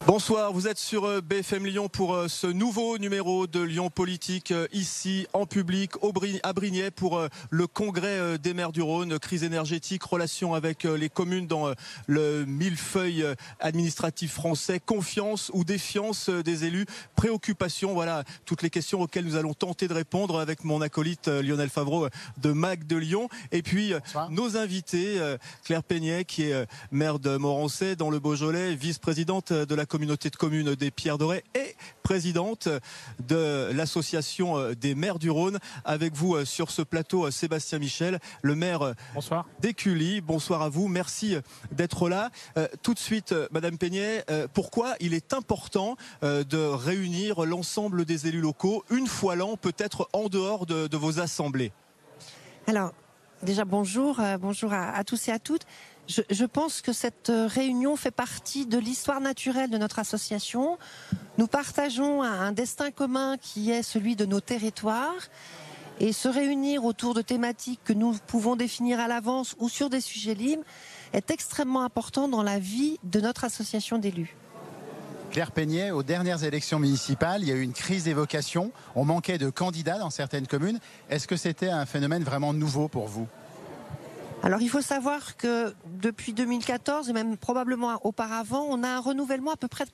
Bonsoir, vous êtes sur BFM Lyon pour ce nouveau numéro de Lyon Politique, ici en public à Brignais pour le congrès des maires du Rhône, crise énergétique, relations avec les communes dans le millefeuille administratif français, confiance ou défiance des élus, préoccupation, voilà toutes les questions auxquelles nous allons tenter de répondre avec mon acolyte Lionel Favreau de MAC de Lyon. Et puis nos invités, Claire Peignet qui est maire de Morancet dans le Beaujolais, vice-présidente de la communauté de communes des Pierres Dorées et présidente de l'association des maires du Rhône. Avec vous sur ce plateau, Sébastien Michel, le maire d'Écully. Bonsoir à vous, merci d'être là. Tout de suite, Madame Peignet, pourquoi il est important de réunir l'ensemble des élus locaux une fois l'an, peut-être en dehors de vos assemblées? Alors, déjà bonjour, bonjour à tous et à toutes. Je pense que cette réunion fait partie de l'histoire naturelle de notre association. Nous partageons un destin commun qui est celui de nos territoires. Et se réunir autour de thématiques que nous pouvons définir à l'avance ou sur des sujets libres est extrêmement important dans la vie de notre association d'élus. Claire Peignet, aux dernières élections municipales, il y a eu une crise des vocations. On manquait de candidats dans certaines communes. Est-ce que c'était un phénomène vraiment nouveau pour vous ? Alors il faut savoir que depuis 2014 et même probablement auparavant, on a un renouvellement à peu près de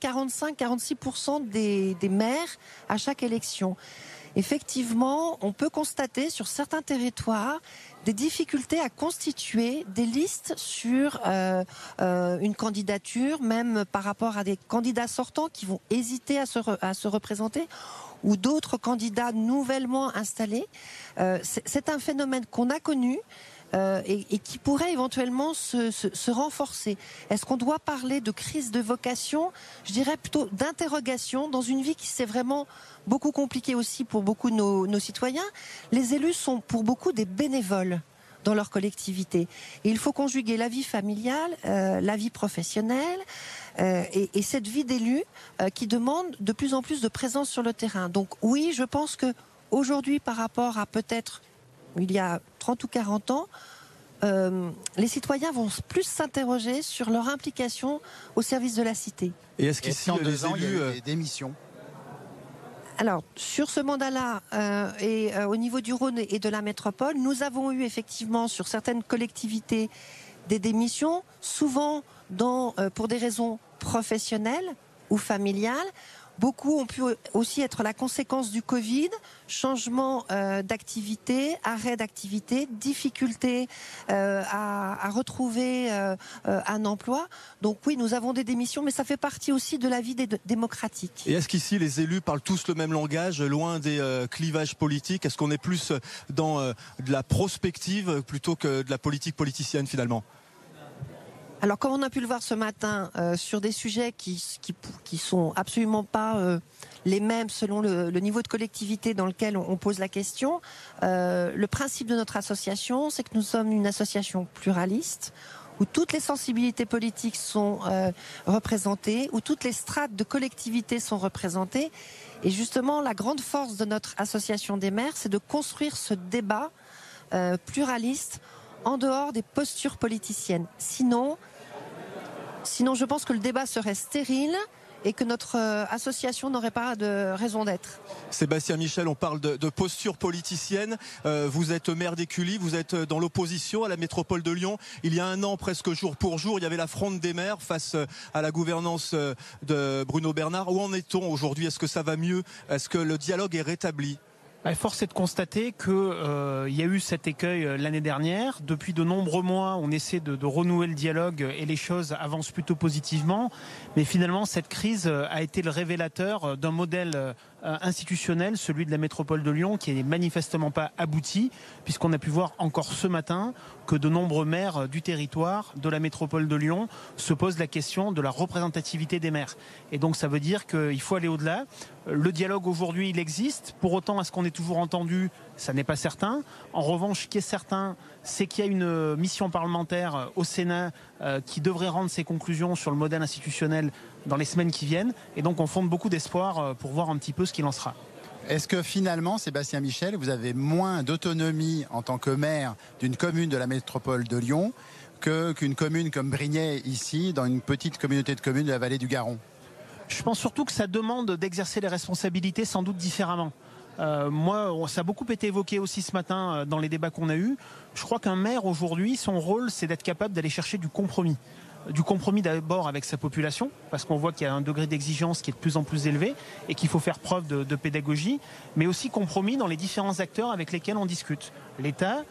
45-46% des maires à chaque élection. Effectivement, on peut constater sur certains territoires des difficultés à constituer des listes sur une candidature, même par rapport à des candidats sortants qui vont hésiter à se représenter, ou d'autres candidats nouvellement installés. C'est un phénomène qu'on a connu. Et qui pourrait éventuellement se renforcer. Est-ce qu'on doit parler de crise de vocation? Je dirais plutôt d'interrogation dans une vie qui s'est vraiment beaucoup compliquée aussi pour beaucoup de nos citoyens. Les élus sont pour beaucoup des bénévoles dans leur collectivité. Et il faut conjuguer la vie familiale, la vie professionnelle et cette vie d'élu qui demande de plus en plus de présence sur le terrain. Donc oui, je pense que aujourd'hui, par rapport à peut-être il y a 30 ou 40 ans, les citoyens vont plus s'interroger sur leur implication au service de la cité. Et est-ce qu'ici, en 2 ans, il y a eu des démissions ? Alors, sur ce mandat-là, au niveau du Rhône et de la métropole, nous avons eu effectivement sur certaines collectivités des démissions, souvent pour des raisons professionnelles ou familiales. Beaucoup ont pu aussi être la conséquence du Covid, changement d'activité, arrêt d'activité, difficulté à retrouver un emploi. Donc oui, nous avons des démissions, mais ça fait partie aussi de la vie démocratique. Et est-ce qu'ici les élus parlent tous le même langage, loin des clivages politiques? Est-ce qu'on est plus dans de la prospective plutôt que de la politique politicienne finalement? Alors, comme on a pu le voir ce matin, sur des sujets qui sont absolument pas les mêmes selon le niveau de collectivité dans lequel on pose la question, le principe de notre association, c'est que nous sommes une association pluraliste, où toutes les sensibilités politiques sont représentées, où toutes les strates de collectivité sont représentées. Et justement, la grande force de notre association des maires, c'est de construire ce débat pluraliste en dehors des postures politiciennes. Sinon, je pense que le débat serait stérile et que notre association n'aurait pas de raison d'être. Sébastien Michel, on parle de posture politicienne. Vous êtes maire d'Écully, vous êtes dans l'opposition à la métropole de Lyon. Il y a 1 an, presque jour pour jour, il y avait la fronde des maires face à la gouvernance de Bruno Bernard. Où en est-on aujourd'hui? Est-ce que ça va mieux? Est-ce que le dialogue est rétabli? Force est de constater que y a eu cet écueil l'année dernière. Depuis de nombreux mois, on essaie de renouer le dialogue et les choses avancent plutôt positivement. Mais finalement, cette crise a été le révélateur d'un modèle institutionnel, celui de la métropole de Lyon, qui n'est manifestement pas abouti, puisqu'on a pu voir encore ce matin que de nombreux maires du territoire de la métropole de Lyon se posent la question de la représentativité des maires. Et donc ça veut dire qu'il faut aller au-delà. Le dialogue aujourd'hui, il existe. Pour autant, est-ce qu'on est toujours entendu? Ça n'est pas certain. En revanche, ce qui est certain, c'est qu'il y a une mission parlementaire au Sénat qui devrait rendre ses conclusions sur le modèle institutionnel dans les semaines qui viennent. Et donc on fonde beaucoup d'espoir pour voir un petit peu ce qu'il en sera. Est-ce que finalement, Sébastien Michel, vous avez moins d'autonomie en tant que maire d'une commune de la métropole de Lyon qu'une commune comme Brignais ici, dans une petite communauté de communes de la vallée du Garonne? Je pense surtout que ça demande d'exercer les responsabilités sans doute différemment. Moi, ça a beaucoup été évoqué aussi ce matin dans les débats qu'on a eus. Je crois qu'un maire aujourd'hui, son rôle, c'est d'être capable d'aller chercher du compromis. Du compromis d'abord avec sa population, parce qu'on voit qu'il y a un degré d'exigence qui est de plus en plus élevé et qu'il faut faire preuve de pédagogie, mais aussi compromis dans les différents acteurs avec lesquels on discute. L'État,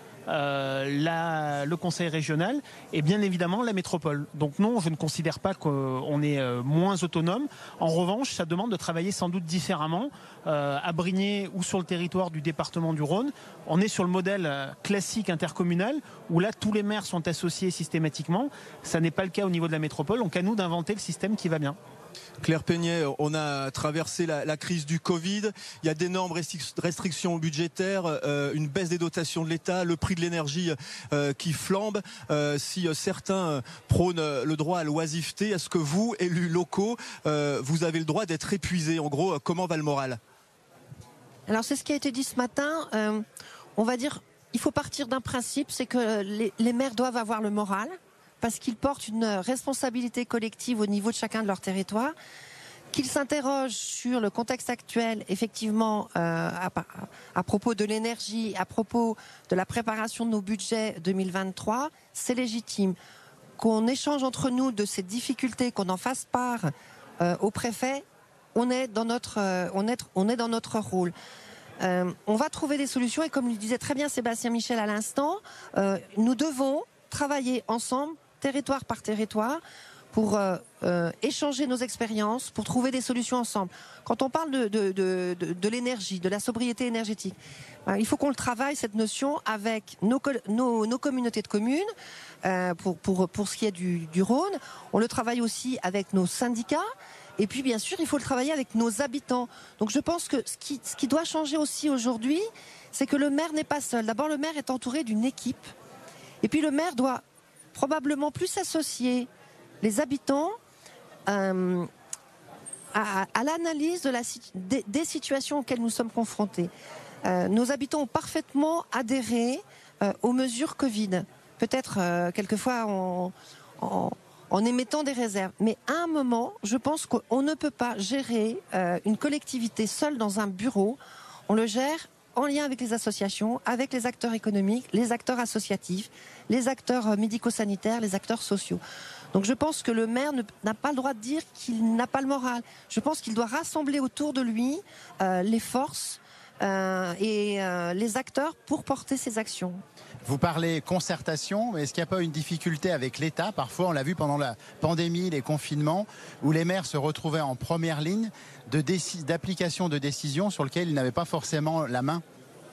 le conseil régional et bien évidemment la métropole. Donc non, je ne considère pas qu'on est moins autonome. En revanche, ça demande de travailler sans doute différemment à Brignais ou sur le territoire du département du Rhône. On est sur le modèle classique intercommunal où là tous les maires sont associés systématiquement. Ça n'est pas le cas au niveau de la métropole. Donc à nous d'inventer le système qui va bien. Claire Peignet, on a traversé la crise du Covid, il y a d'énormes restrictions budgétaires, une baisse des dotations de l'État, le prix de l'énergie qui flambe. Si certains prônent le droit à l'oisiveté, est-ce que vous, élus locaux, vous avez le droit d'être épuisés? En gros, comment va le moral? Alors c'est ce qui a été dit ce matin. On va dire, il faut partir d'un principe, c'est que les maires doivent avoir le moral, parce qu'ils portent une responsabilité collective au niveau de chacun de leur territoire, qu'ils s'interrogent sur le contexte actuel, effectivement, à propos de l'énergie, à propos de la préparation de nos budgets 2023, c'est légitime. Qu'on échange entre nous de ces difficultés, qu'on en fasse part au préfet, on est dans notre rôle. On va trouver des solutions et comme le disait très bien Sébastien Michel à l'instant, nous devons travailler ensemble, territoire par territoire, pour échanger nos expériences, pour trouver des solutions ensemble. Quand on parle de l'énergie, de la sobriété énergétique, il faut qu'on le travaille, cette notion, avec nos communautés de communes, pour ce qui est du Rhône. On le travaille aussi avec nos syndicats. Et puis, bien sûr, il faut le travailler avec nos habitants. Donc, je pense que ce qui doit changer aussi aujourd'hui, c'est que le maire n'est pas seul. D'abord, le maire est entouré d'une équipe. Et puis, le maire doit probablement plus associer les habitants à l'analyse des situations auxquelles nous sommes confrontés. Nos habitants ont parfaitement adhéré aux mesures Covid. Peut-être quelquefois en émettant des réserves. Mais à un moment, je pense qu'on ne peut pas gérer une collectivité seule dans un bureau. On le gère en lien avec les associations, avec les acteurs économiques, les acteurs associatifs, les acteurs médico-sanitaires, les acteurs sociaux. Donc je pense que le maire n'a pas le droit de dire qu'il n'a pas le moral. Je pense qu'il doit rassembler autour de lui les forces et les acteurs pour porter ses actions. Vous parlez concertation, mais est-ce qu'il n'y a pas une difficulté avec l'État? Parfois, on l'a vu pendant la pandémie, les confinements, où les maires se retrouvaient en première ligne d'application de décisions sur lesquelles ils n'avaient pas forcément la main.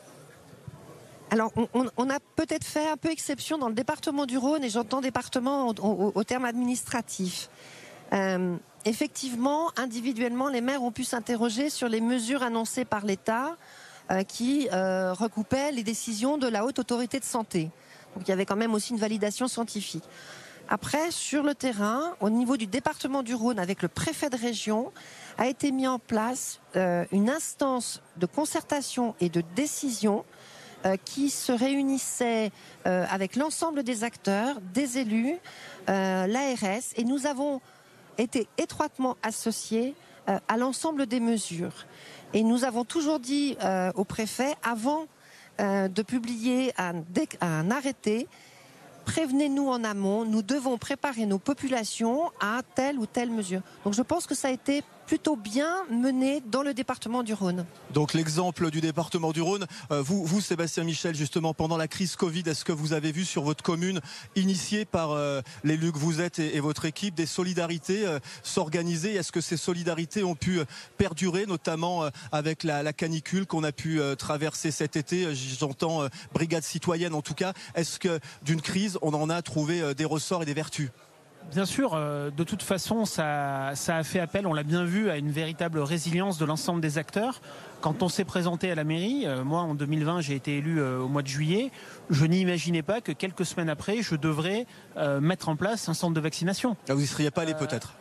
Alors, on a peut-être fait un peu exception dans le département du Rhône, et j'entends département au terme administratif. Effectivement, individuellement, les maires ont pu s'interroger sur les mesures annoncées par l'État qui recoupaient les décisions de la Haute Autorité de Santé. Donc, il y avait quand même aussi une validation scientifique. Après, sur le terrain, au niveau du département du Rhône, avec le préfet de région, a été mis en place une instance de concertation et de décision qui se réunissait avec l'ensemble des acteurs, des élus, l'ARS, et nous avons été étroitement associés à l'ensemble des mesures. Et nous avons toujours dit au préfet, avant de publier un arrêté, prévenez-nous en amont, nous devons préparer nos populations à telle ou telle mesure. Donc je pense que ça a été plutôt bien mené dans le département du Rhône. Donc l'exemple du département du Rhône, vous Sébastien Michel, justement pendant la crise Covid, est-ce que vous avez vu sur votre commune, initiée par l'élu que vous êtes et votre équipe, des solidarités s'organiser? Est-ce que ces solidarités ont pu perdurer, notamment avec la canicule qu'on a pu traverser cet été? J'entends brigade citoyenne en tout cas. Est-ce que d'une crise, on en a trouvé des ressorts et des vertus? Bien sûr, de toute façon, ça a fait appel, on l'a bien vu, à une véritable résilience de l'ensemble des acteurs. Quand on s'est présenté à la mairie, moi en 2020 j'ai été élu au mois de juillet, je n'imaginais pas que quelques semaines après je devrais mettre en place un centre de vaccination. Vous n'y seriez pas allé peut-être?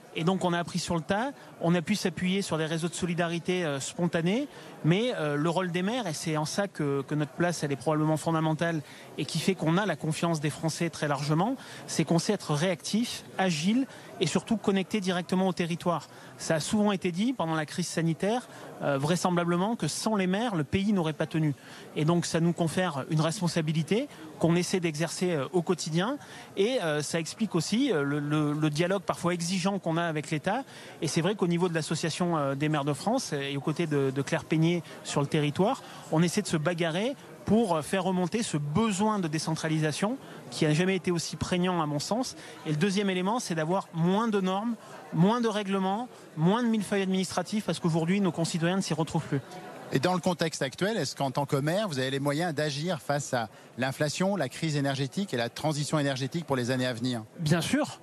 Et donc on a appris sur le tas, on a pu s'appuyer sur des réseaux de solidarité spontanés, mais le rôle des maires, et c'est en ça que notre place elle est probablement fondamentale et qui fait qu'on a la confiance des Français très largement, c'est qu'on sait être réactif, agile et surtout connecté directement au territoire. Ça a souvent été dit pendant la crise sanitaire, vraisemblablement que sans les maires, le pays n'aurait pas tenu. Et donc ça nous confère une responsabilité qu'on essaie d'exercer au quotidien et ça explique aussi le dialogue parfois exigeant qu'on a avec l'État. Et c'est vrai qu'au niveau de l'association des maires de France et aux côtés de Claire Peigné sur le territoire, on essaie de se bagarrer pour faire remonter ce besoin de décentralisation qui n'a jamais été aussi prégnant à mon sens. Et le deuxième élément, c'est d'avoir moins de normes, moins de règlements, moins de millefeuilles administratifs parce qu'aujourd'hui, nos concitoyens ne s'y retrouvent plus. Et dans le contexte actuel, est-ce qu'en tant que maire, vous avez les moyens d'agir face à l'inflation, la crise énergétique et la transition énergétique pour les années à venir ? Bien sûr,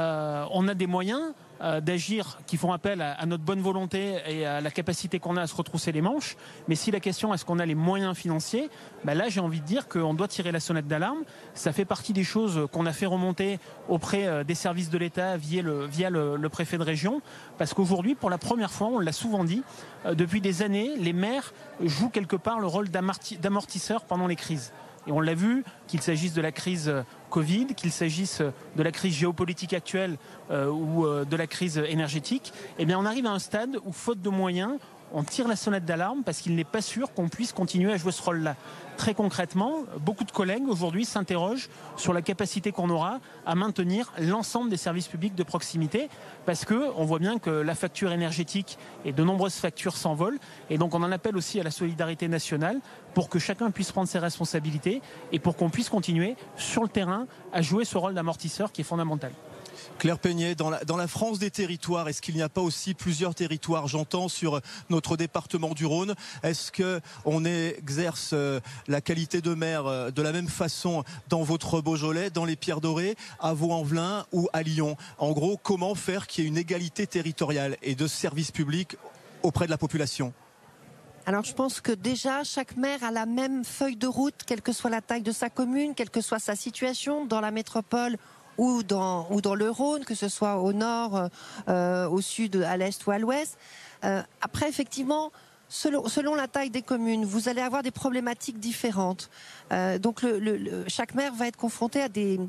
on a des moyens d'agir qui font appel à notre bonne volonté et à la capacité qu'on a à se retrousser les manches. Mais si la question est-ce qu'on a les moyens financiers, là j'ai envie de dire qu'on doit tirer la sonnette d'alarme. Ça fait partie des choses qu'on a fait remonter auprès des services de l'État via le préfet de région. Parce qu'aujourd'hui, pour la première fois, on l'a souvent dit, depuis des années, les maires jouent quelque part le rôle d'amortisseur pendant les crises. Et on l'a vu, qu'il s'agisse de la crise Covid, qu'il s'agisse de la crise géopolitique actuelle ou de la crise énergétique, eh bien on arrive à un stade où, faute de moyens, on tire la sonnette d'alarme parce qu'il n'est pas sûr qu'on puisse continuer à jouer ce rôle-là. Très concrètement, beaucoup de collègues aujourd'hui s'interrogent sur la capacité qu'on aura à maintenir l'ensemble des services publics de proximité parce qu'on voit bien que la facture énergétique et de nombreuses factures s'envolent et donc on en appelle aussi à la solidarité nationale pour que chacun puisse prendre ses responsabilités et pour qu'on puisse continuer sur le terrain à jouer ce rôle d'amortisseur qui est fondamental. Claire Peigné, dans la France des territoires, est-ce qu'il n'y a pas aussi plusieurs territoires? J'entends sur notre département du Rhône. Est-ce qu'on exerce la qualité de maire de la même façon dans votre Beaujolais, dans les Pierres-Dorées, à Vaux-en-Velin ou à Lyon? En gros, comment faire qu'il y ait une égalité territoriale et de services publics auprès de la population? Alors je pense que déjà chaque maire a la même feuille de route, quelle que soit la taille de sa commune, quelle que soit sa situation dans la métropole ou dans le Rhône, que ce soit au nord, au sud, à l'est ou à l'ouest. Après, effectivement, selon la taille des communes, vous allez avoir des problématiques différentes. Donc chaque maire va être confronté à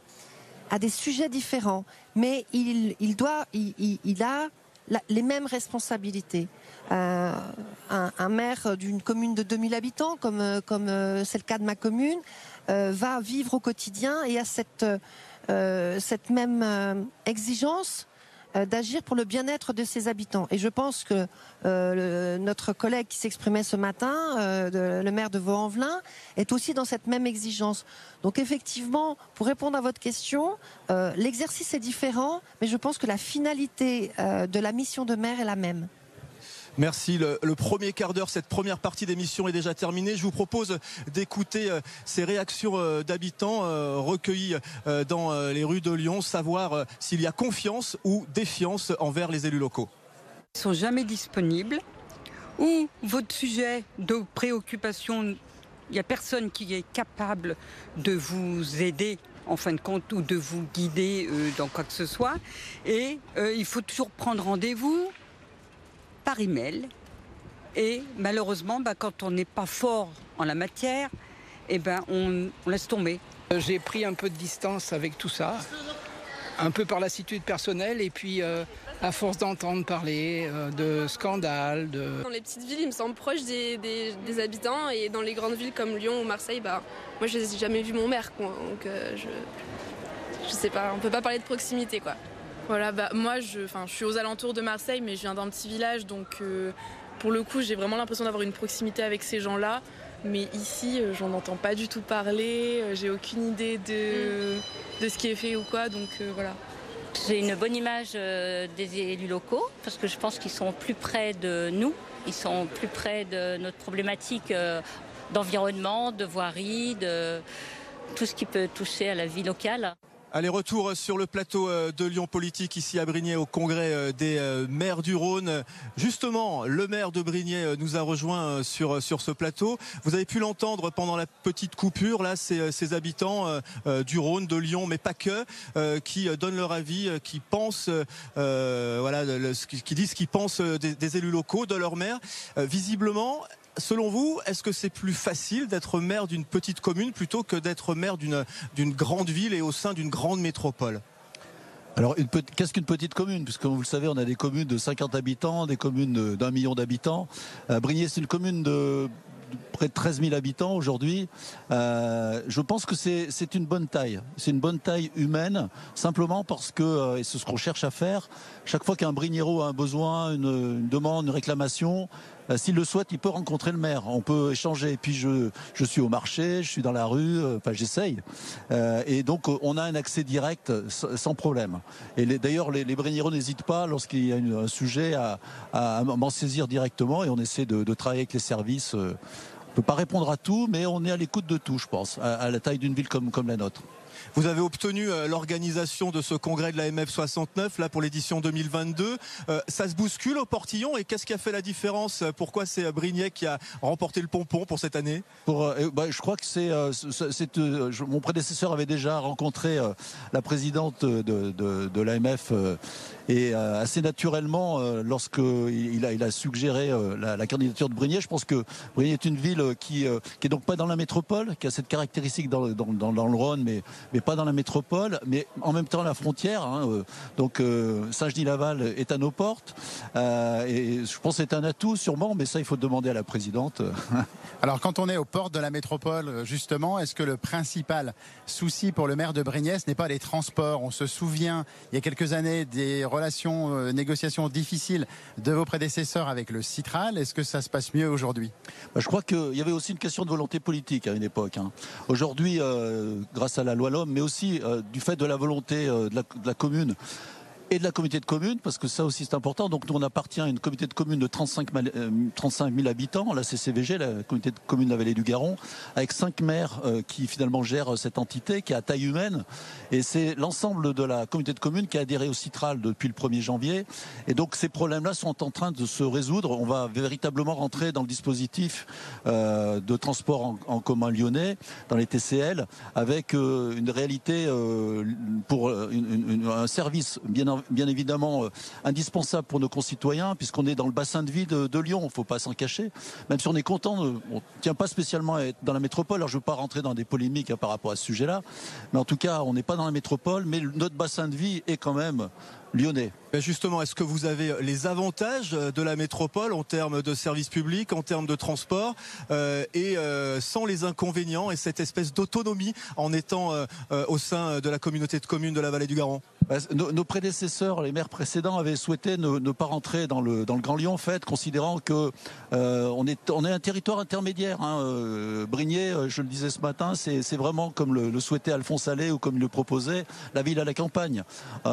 des sujets différents, mais il a les mêmes responsabilités. Un maire d'une commune de 2000 habitants, comme c'est le cas de ma commune, va vivre au quotidien et a cette même exigence d'agir pour le bien-être de ses habitants. Et je pense que notre collègue qui s'exprimait ce matin, le maire de Vaux-en-Velin, est aussi dans cette même exigence. Donc effectivement, pour répondre à votre question, l'exercice est différent, mais je pense que la finalité de la mission de maire est la même. Merci. Le premier quart d'heure, cette première partie d'émission est déjà terminée. Je vous propose d'écouter ces réactions d'habitants recueillies dans les rues de Lyon, savoir s'il y a confiance ou défiance envers les élus locaux. Ils ne sont jamais disponibles. Ou votre sujet de préoccupation, il n'y a personne qui est capable de vous aider en fin de compte ou de vous guider dans quoi que ce soit. Et il faut toujours prendre rendez-vous par email et malheureusement quand on n'est pas fort en la matière, on laisse tomber. J'ai pris un peu de distance avec tout ça, un peu par lassitude personnelle et puis à force d'entendre parler de scandales. Dans les petites villes, il me semble proche des habitants et dans les grandes villes comme Lyon ou Marseille, moi je n'ai jamais vu mon maire, quoi. Donc je sais pas, on peut pas parler de proximité, quoi. Voilà, moi je suis aux alentours de Marseille, mais je viens d'un petit village, donc pour le coup j'ai vraiment l'impression d'avoir une proximité avec ces gens-là. Mais ici, j'en entends pas du tout parler, j'ai aucune idée de ce qui est fait ou quoi, donc voilà. J'ai une bonne image des élus locaux, parce que je pense qu'ils sont plus près de nous, ils sont plus près de notre problématique d'environnement, de voirie, de tout ce qui peut toucher à la vie locale. Allez, retour sur le plateau de Lyon Politique, ici à Brignais, au congrès des maires du Rhône. Justement, le maire de Brignais nous a rejoint sur ce plateau. Vous avez pu l'entendre pendant la petite coupure, là, ces habitants du Rhône, de Lyon, mais pas que, qui donnent leur avis, qui pensent, qui disent ce qu'ils pensent des élus locaux, de leur maire. Visiblement, selon vous, est-ce que c'est plus facile d'être maire d'une petite commune plutôt que d'être maire d'une grande ville et au sein d'une grande métropole ? Alors, qu'est-ce qu'une petite commune ? Puisque, comme vous le savez, on a des communes de 50 habitants, des communes d'1 million d'habitants. Brignais, c'est une commune de près de 13 000 habitants aujourd'hui. Je pense que c'est une bonne taille. C'est une bonne taille humaine, simplement parce que, et c'est ce qu'on cherche à faire, chaque fois qu'un Brignéro a un besoin, une demande, une réclamation, s'il le souhaite, il peut rencontrer le maire. On peut échanger. Et puis je suis au marché, je suis dans la rue, j'essaye. Et donc on a un accès direct sans problème. Et d'ailleurs, les Brignéros n'hésitent pas, lorsqu'il y a un sujet, à m'en saisir directement. Et on essaie de travailler avec les services. On ne peut pas répondre à tout, mais on est à l'écoute de tout, je pense, à la taille d'une ville comme la nôtre. Vous avez obtenu l'organisation de ce congrès de la MF69 là pour l'édition 2022. Ça se bouscule au portillon, et qu'est-ce qui a fait la différence ? Pourquoi c'est Brignais qui a remporté le pompon pour cette année ? Je crois que mon prédécesseur avait déjà rencontré la présidente de l'AMF et assez naturellement, lorsqu'il a suggéré la candidature de Brignais. Je pense que Brignais est une ville qui est donc pas dans la métropole, qui a cette caractéristique dans le Rhône, mais pas dans la métropole, mais en même temps la frontière. Donc Saint-Genis-Laval est à nos portes. Et je pense que c'est un atout sûrement, mais ça il faut demander à la présidente. Alors quand on est aux portes de la métropole, justement, est-ce que le principal souci pour le maire de Brignais, ce n'est pas les transports ? On se souvient, il y a quelques années, des négociations difficiles de vos prédécesseurs avec le Citral. Est-ce que ça se passe mieux aujourd'hui ? Je crois qu'il y avait aussi une question de volonté politique à une époque. Aujourd'hui, grâce à la loi LOM, mais aussi du fait de la volonté de la commune et de la communauté de communes, parce que ça aussi c'est important. Donc nous on appartient à une communauté de communes de 35 000 habitants, la CCVG, la communauté de communes de la Vallée du Garon, avec 5 maires qui finalement gèrent cette entité qui est à taille humaine. Et c'est l'ensemble de la communauté de communes qui a adhéré au Citral depuis le 1er janvier. Et donc ces problèmes-là sont en train de se résoudre. On va véritablement rentrer dans le dispositif de transport en commun lyonnais, dans les TCL, avec une réalité pour un service bien évidemment indispensable pour nos concitoyens, puisqu'on est dans le bassin de vie de Lyon, il ne faut pas s'en cacher. Même si on est content, on ne tient pas spécialement à être dans la métropole. Alors je ne veux pas rentrer dans des polémiques par rapport à ce sujet-là, mais en tout cas, on n'est pas dans la métropole, mais notre bassin de vie est quand même lyonnais. Justement, est-ce que vous avez les avantages de la métropole en termes de services publics, en termes de transport, et sans les inconvénients et cette espèce d'autonomie en étant au sein de la communauté de communes de la Vallée du Garon ? Nos prédécesseurs, les maires précédents, avaient souhaité ne pas rentrer dans le Grand Lyon, en fait, considérant que on est un territoire intermédiaire. Brignais, je le disais ce matin, c'est vraiment comme le souhaitait Alphonse Allais ou comme il le proposait, la ville à la campagne.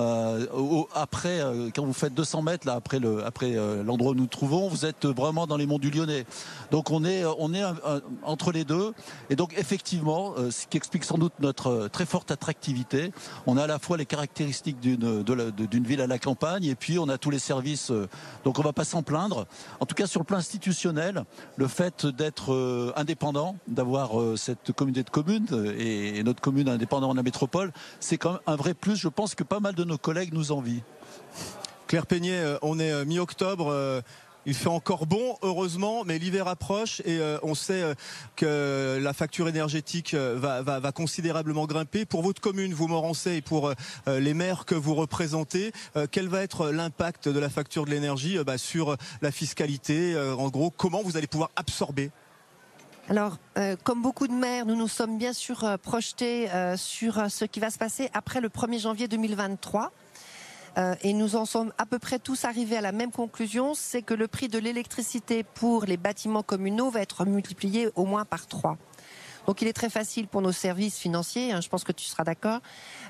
Après, quand vous faites 200 mètres là, après l'endroit où nous nous trouvons, vous êtes vraiment dans les monts du Lyonnais. Donc on est entre les deux. Et donc effectivement, ce qui explique sans doute notre très forte attractivité, on a à la fois les caractéristiques d'une ville à la campagne, et puis on a tous les services. Donc on ne va pas s'en plaindre. En tout cas, sur le plan institutionnel, le fait d'être indépendant, d'avoir cette communauté de communes et notre commune indépendante de la métropole, c'est quand même un vrai plus. Je pense que pas mal de nos collègues nous envient. Claire Peignet, on est mi-octobre. Il fait encore bon, heureusement, mais l'hiver approche et on sait que la facture énergétique va considérablement grimper. Pour votre commune, vous Morancey, et pour les maires que vous représentez, quel va être l'impact de la facture de l'énergie sur la fiscalité ? En gros, comment vous allez pouvoir absorber ? Alors, comme beaucoup de maires, nous nous sommes bien sûr projetés sur ce qui va se passer après le 1er janvier 2023. Et nous en sommes à peu près tous arrivés à la même conclusion, c'est que le prix de l'électricité pour les bâtiments communaux va être multiplié au moins par 3. Donc il est très facile pour nos services financiers, je pense que tu seras d'accord,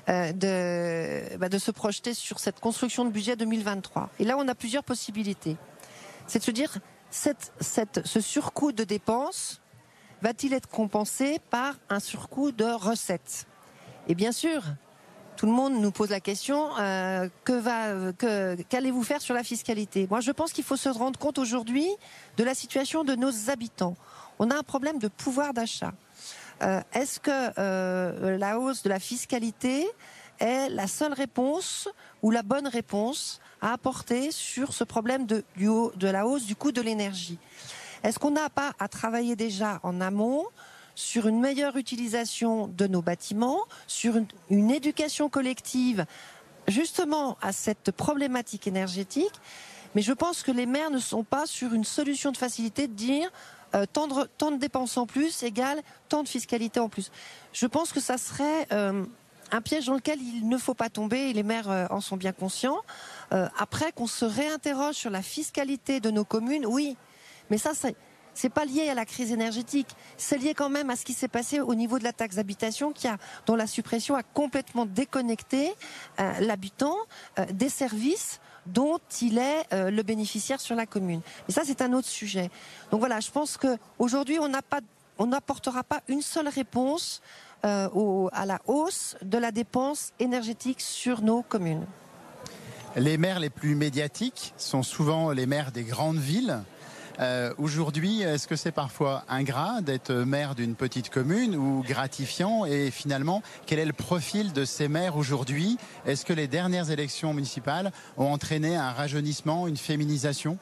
de se projeter sur cette construction de budget 2023. Et là, on a plusieurs possibilités. C'est de se dire, ce surcoût de dépenses va-t-il être compensé par un surcoût de recettes ? Et bien sûr, tout le monde nous pose la question, qu'allez-vous faire sur la fiscalité? Moi, je pense qu'il faut se rendre compte aujourd'hui de la situation de nos habitants. On a un problème de pouvoir d'achat. Est-ce que la hausse de la fiscalité est la seule réponse ou la bonne réponse à apporter sur ce problème de la hausse du coût de l'énergie? Est-ce qu'on n'a pas à travailler déjà en amont sur une meilleure utilisation de nos bâtiments, sur une éducation collective justement à cette problématique énergétique? Mais je pense que les maires ne sont pas sur une solution de facilité de dire tant de dépenses en plus égale tant de fiscalité en plus. Je pense que ça serait un piège dans lequel il ne faut pas tomber, et les maires en sont bien conscients. Après, qu'on se réinterroge sur la fiscalité de nos communes, oui, mais ça, c'est pas lié à la crise énergétique, c'est lié quand même à ce qui s'est passé au niveau de la taxe d'habitation, dont la suppression a complètement déconnecté l'habitant des services dont il est le bénéficiaire sur la commune. Mais ça, c'est un autre sujet. Donc voilà, je pense qu'aujourd'hui, on n'apportera pas une seule réponse à la hausse de la dépense énergétique sur nos communes. Les maires les plus médiatiques sont souvent les maires des grandes villes. Aujourd'hui, est-ce que c'est parfois ingrat d'être maire d'une petite commune ou gratifiant? Et finalement, quel est le profil de ces maires aujourd'hui? Est-ce que les dernières élections municipales ont entraîné un rajeunissement, une féminisation?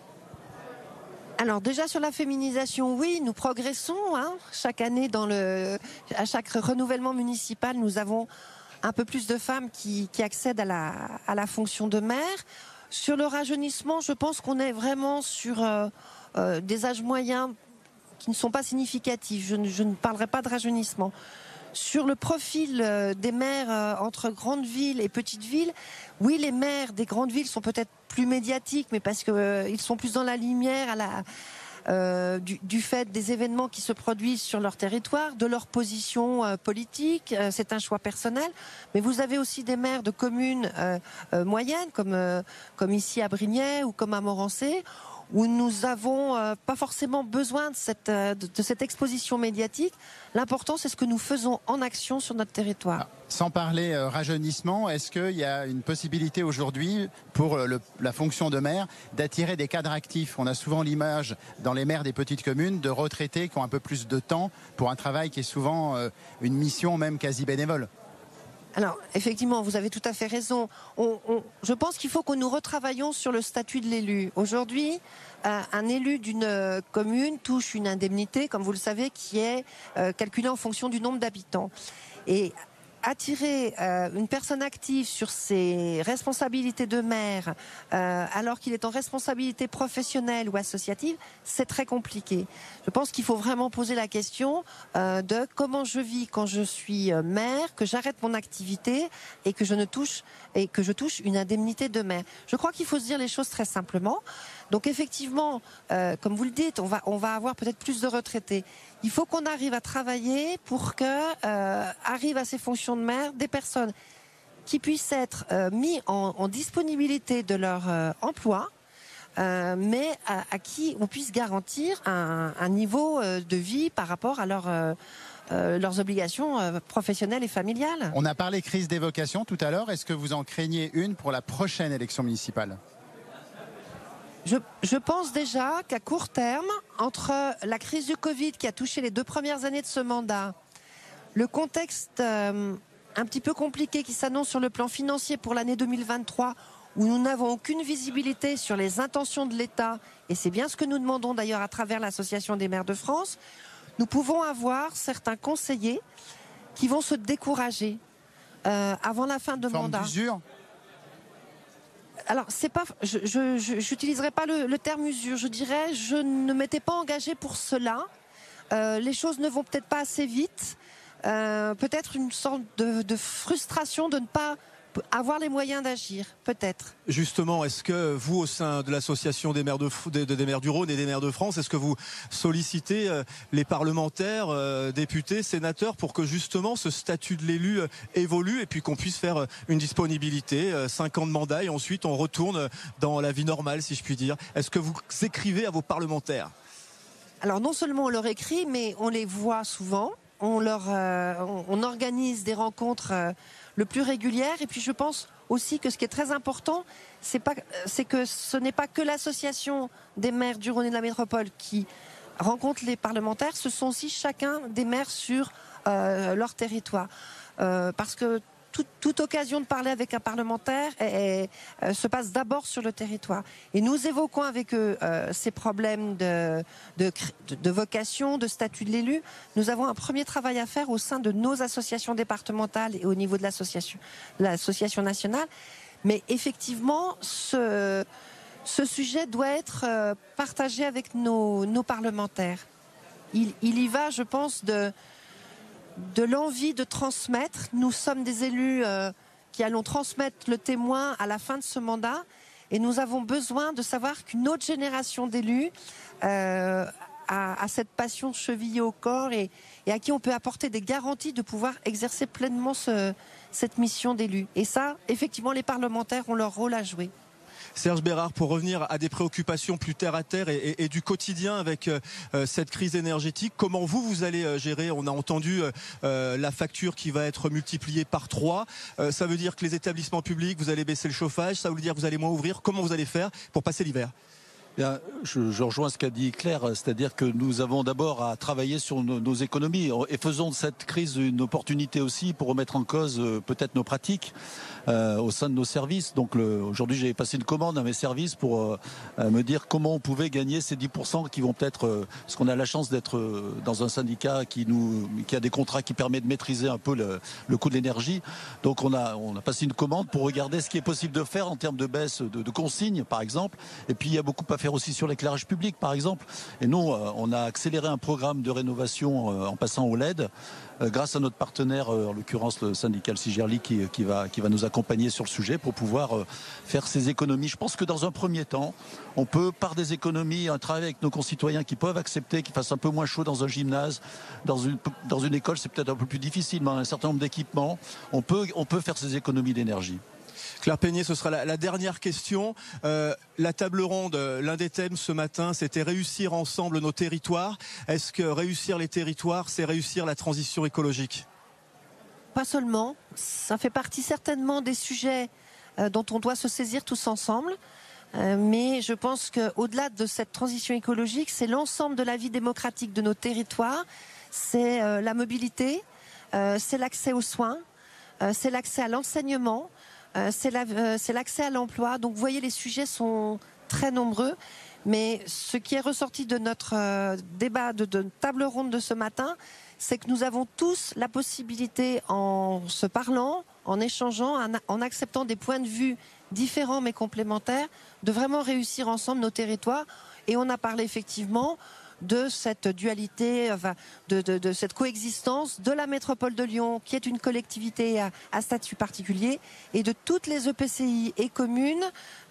Alors déjà sur la féminisation, oui, nous progressons. Chaque année, à chaque renouvellement municipal, nous avons un peu plus de femmes qui accèdent à la fonction de maire. Sur le rajeunissement, je pense qu'on est vraiment sur des âges moyens qui ne sont pas significatifs. Je ne parlerai pas de rajeunissement. Sur le profil des maires entre grandes villes et petites villes, oui, les maires des grandes villes sont peut-être plus médiatiques, mais parce qu'ils sont plus dans la lumière du fait des événements qui se produisent sur leur territoire, de leur position politique. C'est un choix personnel. Mais vous avez aussi des maires de communes moyennes, comme ici à Brignais ou comme à Morancé, où nous n'avons pas forcément besoin de cette exposition médiatique. L'important, c'est ce que nous faisons en action sur notre territoire. Sans parler rajeunissement, est-ce qu'il y a une possibilité aujourd'hui pour la fonction de maire d'attirer des cadres actifs? On a souvent l'image dans les maires des petites communes de retraités qui ont un peu plus de temps pour un travail qui est souvent une mission même quasi bénévole. Alors, effectivement, vous avez tout à fait raison. Je pense qu'il faut que nous retravaillions sur le statut de l'élu. Aujourd'hui, un élu d'une commune touche une indemnité, comme vous le savez, qui est calculée en fonction du nombre d'habitants. Et attirer une personne active sur ses responsabilités de maire alors qu'il est en responsabilité professionnelle ou associative, c'est très compliqué. Je pense qu'il faut vraiment poser la question de comment je vis quand je suis maire, que j'arrête mon activité et que je touche une indemnité de maire. Je crois qu'il faut se dire les choses très simplement. Donc effectivement, comme vous le dites, on va avoir peut-être plus de retraités. Il faut qu'on arrive à travailler pour que arrivent à ces fonctions de maire des personnes qui puissent être mis en disponibilité de leur emploi, mais à qui on puisse garantir un niveau de vie par rapport à leurs obligations professionnelles et familiales. On a parlé crise des vocations tout à l'heure. Est-ce que vous en craignez une pour la prochaine élection municipale ? Je pense déjà qu'à court terme, entre la crise du Covid qui a touché les 2 premières années de ce mandat, le contexte un petit peu compliqué qui s'annonce sur le plan financier pour l'année 2023, où nous n'avons aucune visibilité sur les intentions de l'État, et c'est bien ce que nous demandons d'ailleurs à travers l'Association des maires de France, nous pouvons avoir certains conseillers qui vont se décourager avant la fin de mandat. D'usure ? Alors, c'est pas, j'utiliserai pas le terme usure. Je dirais, je ne m'étais pas engagée pour cela. Les choses ne vont peut-être pas assez vite. Peut-être une sorte de frustration de ne pas avoir les moyens d'agir, peut-être. Justement, est-ce que vous, au sein de l'association des maires des maires du Rhône et des maires de France, est-ce que vous sollicitez les parlementaires, députés, sénateurs, pour que justement ce statut de l'élu évolue et puis qu'on puisse faire une disponibilité, 5 ans de mandat, et ensuite on retourne dans la vie normale, si je puis dire? Est-ce que vous écrivez à vos parlementaires? Alors non seulement on leur écrit, mais on les voit souvent. On organise des rencontres le plus régulière. Et puis je pense aussi que ce qui est très important, c'est que ce n'est pas que l'association des maires du Rhône et de la métropole qui rencontre les parlementaires, ce sont aussi chacun des maires sur leur territoire. Parce que toute occasion de parler avec un parlementaire se passe d'abord sur le territoire. Et nous évoquons avec eux ces problèmes de vocation, de statut de l'élu. Nous avons un premier travail à faire au sein de nos associations départementales et au niveau de l'association nationale. Mais effectivement, ce sujet doit être partagé avec nos parlementaires. Il y va, je pense, de l'envie de transmettre. Nous sommes des élus qui allons transmettre le témoin à la fin de ce mandat et nous avons besoin de savoir qu'une autre génération d'élus a cette passion chevillée au corps et à qui on peut apporter des garanties de pouvoir exercer pleinement cette mission d'élu. Et ça, effectivement, les parlementaires ont leur rôle à jouer. Serge Bérard, pour revenir à des préoccupations plus terre à terre et du quotidien avec cette crise énergétique, comment vous allez gérer? On a entendu la facture qui va être multipliée par 3. Ça veut dire que les établissements publics, vous allez baisser le chauffage, ça veut dire que vous allez moins ouvrir. Comment vous allez faire pour passer l'hiver? Bien, je rejoins ce qu'a dit Claire, c'est-à-dire que nous avons d'abord à travailler sur nos économies et faisons de cette crise une opportunité aussi pour remettre en cause peut-être nos pratiques au sein de nos services. Donc aujourd'hui j'ai passé une commande à mes services pour me dire comment on pouvait gagner ces 10% qui vont peut-être, parce qu'on a la chance d'être dans un syndicat qui a des contrats qui permettent de maîtriser un peu le coût de l'énergie. Donc on a passé une commande pour regarder ce qui est possible de faire en termes de baisse de consignes par exemple. Et puis il y a beaucoup à faire aussi sur l'éclairage public par exemple. Et nous on a accéléré un programme de rénovation en passant au LED grâce à notre partenaire, en l'occurrence le syndicat Sigerli qui va nous accompagner sur le sujet pour pouvoir faire ces économies. Je pense que dans un premier temps, on peut par des économies travailler avec nos concitoyens qui peuvent accepter qu'il fasse un peu moins chaud dans un gymnase, dans une école c'est peut-être un peu plus difficile, mais un certain nombre d'équipements, on peut faire ces économies d'énergie. Claire Peigné, ce sera la dernière question. La table ronde, l'un des thèmes ce matin, c'était réussir ensemble nos territoires. Est-ce que réussir les territoires, c'est réussir la transition écologique? Pas seulement. Ça fait partie certainement des sujets dont on doit se saisir tous ensemble. Mais je pense qu'au-delà de cette transition écologique, c'est l'ensemble de la vie démocratique de nos territoires. C'est la mobilité, c'est l'accès aux soins, c'est l'accès à l'enseignement, c'est l'accès à l'emploi. Donc vous voyez, les sujets sont très nombreux. Mais ce qui est ressorti de notre débat de table ronde de ce matin, c'est que nous avons tous la possibilité, en se parlant, en échangeant, en acceptant des points de vue différents mais complémentaires, de vraiment réussir ensemble nos territoires. Et on a parlé effectivement de cette dualité, de cette coexistence de la métropole de Lyon, qui est une collectivité à statut particulier, et de toutes les EPCI et communes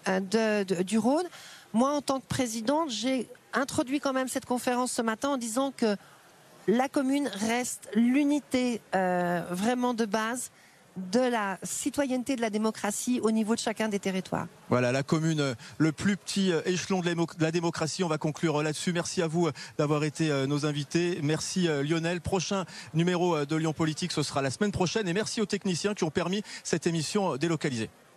du Rhône. Moi, en tant que présidente, j'ai introduit quand même cette conférence ce matin en disant que la commune reste l'unité vraiment de base de la citoyenneté, de la démocratie au niveau de chacun des territoires. Voilà, la commune, le plus petit échelon de la démocratie. On va conclure là-dessus. Merci à vous d'avoir été nos invités. Merci Lionel. Prochain numéro de Lyon Politique, ce sera la semaine prochaine. Et merci aux techniciens qui ont permis cette émission délocalisée.